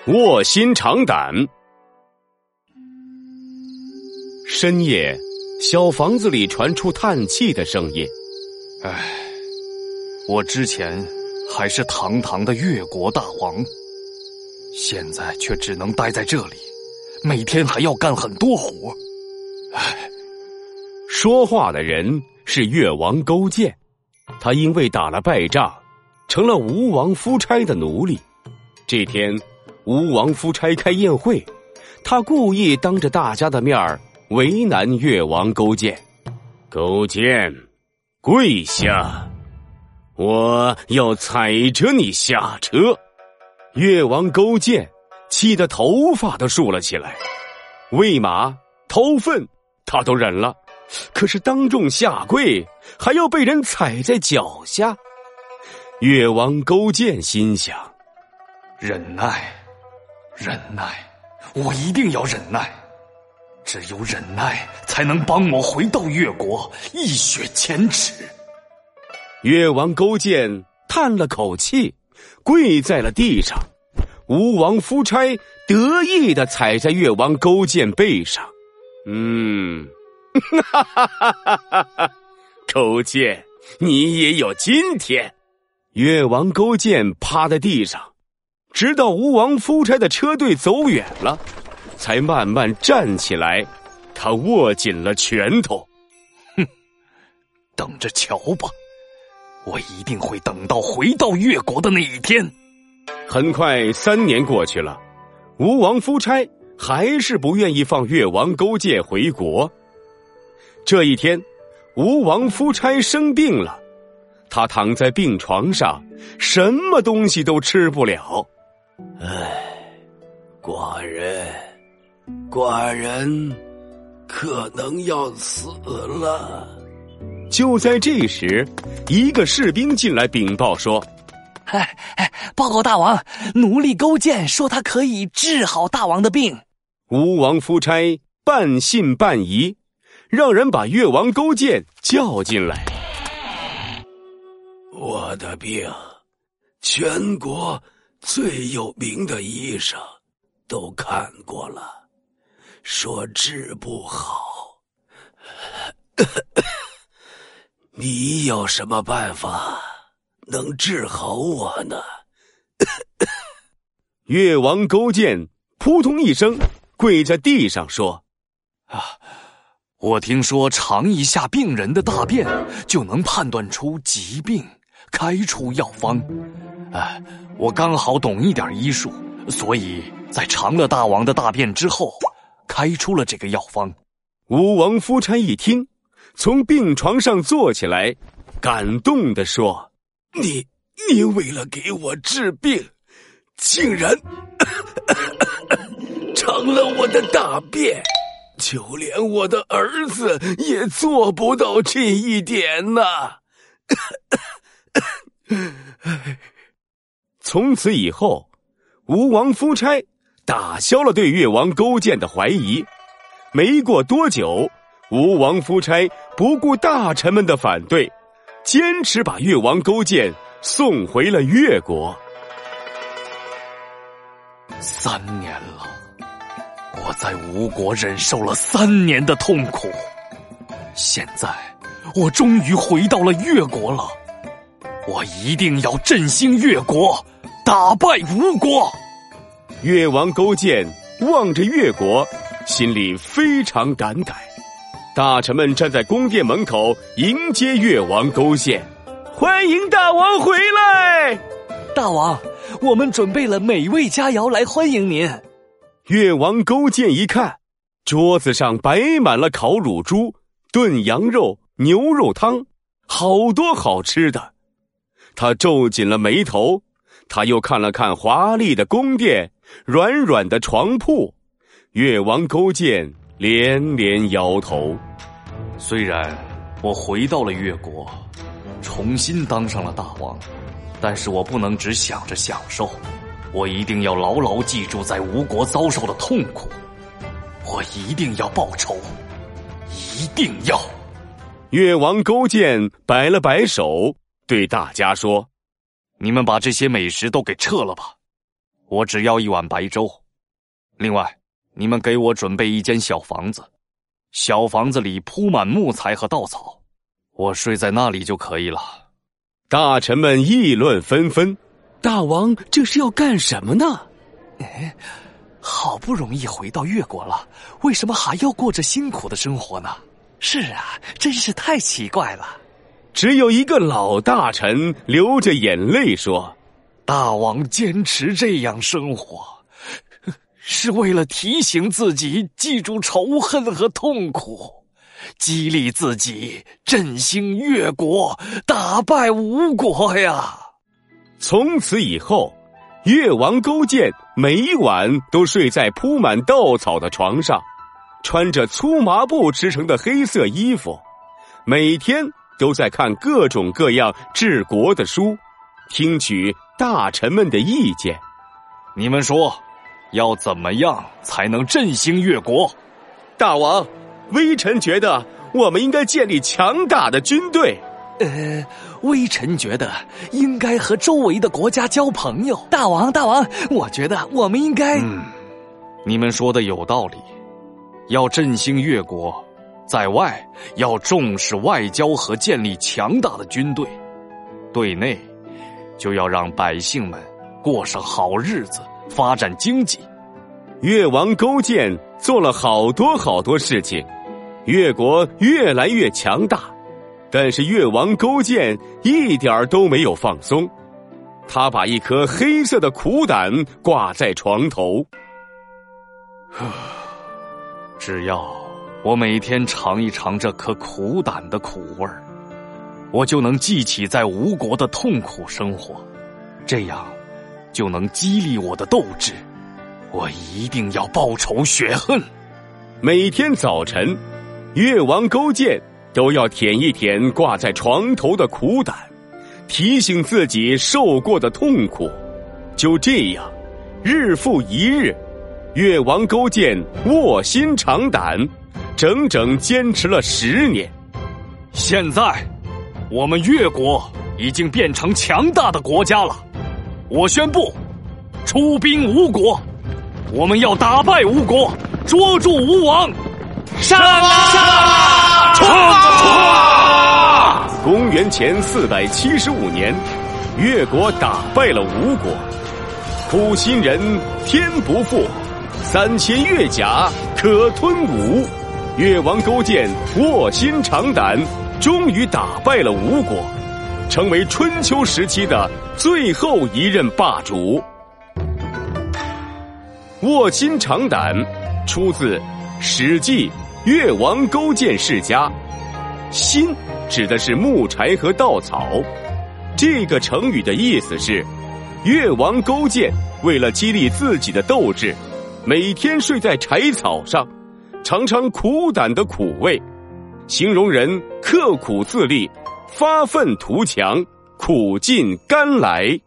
卧薪尝胆。深夜，小房子里传出叹气的声音。 唉，我之前还是堂堂的越国大王，现在却只能待在这里，每天还要干很多活。唉， 说话的人是越王勾践，他因为打了败仗，成了吴王夫差的奴隶。这天，吴王夫差开宴会，他故意当着大家的面为难越王勾践。勾践，跪下，我要踩着你下车。越王勾践气得头发都竖了起来，喂马掏粪他都忍了，可是当众下跪还要被人踩在脚下。越王勾践心想， 忍耐，忍耐，我一定要忍耐，只有忍耐才能帮我回到越国，一雪前耻。 越王勾践叹了口气，跪在了地上。吴王夫差得意地踩在越王勾践背上。哈哈哈哈哈哈！勾践，你也有今天。越王勾践趴在地上，直到吴王夫差的车队走远了，才慢慢站起来。他握紧了拳头。 等着瞧吧，我一定会等到回到越国的那一天。 很快3年过去了，吴王夫差还是不愿意放越王勾践回国。这一天，吴王夫差生病了，他躺在病床上，什么东西都吃不了。寡人可能要死了。就在这时，一个士兵进来禀报说， 报告大王，奴隶勾践说他可以治好大王的病。 吴王夫差半信半疑，让人把越王勾践叫进来。我的病，全国最有名的医生都看过了，说治不好。你有什么办法能治好我呢？越王勾践扑通一声跪在地上说， 我听说尝一下病人的大便就能判断出疾病，开出药方。我刚好懂一点医术，所以在尝了大王的大便之后，开出了这个药方。 吴王夫差一听，从病床上坐起来，感动地说，你为了给我治病，竟然尝了我的大便，就连我的儿子也做不到这一点呐。从此以后，吴王夫差打消了对越王勾践的怀疑。没过多久，吴王夫差不顾大臣们的反对，坚持把越王勾践送回了越国。 3年了，我在吴国忍受了3年的痛苦，现在我终于回到了越国了。我一定要振兴越国，打败吴国。 越王勾践望着越国，心里非常感慨。大臣们站在宫殿门口迎接越王勾践，欢迎大王回来！ 大王，我们准备了美味佳肴来欢迎您。 越王勾践一看，桌子上摆满了烤乳猪、炖羊肉、牛肉汤，好多好吃的。他皱紧了眉头，他又看了看华丽的宫殿、软软的床铺，越王勾践连连摇头。 虽然我回到了越国，重新当上了大王，但是我不能只想着享受，我一定要牢牢记住在吴国遭受的痛苦，我一定要报仇，一定要。 越王勾践摆了摆手，对大家说， 你们把这些美食都给撤了吧， 我只要一碗白粥。另外，你们给我准备一间小房子，小房子里铺满木材和稻草，我睡在那里就可以了。 大臣们议论纷纷，大王这是要干什么呢？ 好不容易回到越国了，为什么还要过着辛苦的生活呢？是啊，真是太奇怪了。 只有一个老大臣流着眼泪说， 大王坚持这样生活，是为了提醒自己记住仇恨和痛苦，激励自己振兴越国，打败吴国呀。 从此以后，越王勾践每晚都睡在铺满稻草的床上，穿着粗麻布织成的黑色衣服，每天都在看各种各样治国的书，听取大臣们的意见。 你们说，要怎么样才能振兴越国？ 大王，微臣觉得我们应该建立强大的军队。 微臣觉得应该和周围的国家交朋友。大王，我觉得我们应该…… 你们说的有道理。要振兴越国，在外要重视外交和建立强大的军队，对内就要让百姓们过上好日子，发展经济。 越王勾践做了好多事情，越国越来越强大，但是越王勾践一点都没有放松，他把一颗黑色的苦胆挂在床头。 只要我每天尝一尝这颗苦胆的苦味儿，我就能记起在吴国的痛苦生活，这样就能激励我的斗志。我一定要报仇雪恨。 每天早晨，越王勾践都要舔一舔挂在床头的苦胆，提醒自己受过的痛苦。就这样，日复一日，越王勾践卧薪尝胆，整整坚持了10年。 现在，我们越国已经变成强大的国家了。我宣布，出兵吴国，我们要打败吴国，捉住吴王。 上啊！ 冲啊！公元前475年，越国打败了吴国。苦心人天不负，3000越甲可吞吴。越王勾践卧薪尝胆，终于打败了吴国，成为春秋时期的最后一任霸主。卧薪尝胆出自《史记·越王勾践世家》，薪指的是木柴和稻草。这个成语的意思是，越王勾践为了激励自己的斗志，每天睡在柴草上，尝尝苦胆的苦味，形容人刻苦自立，发愤图强，苦尽甘来。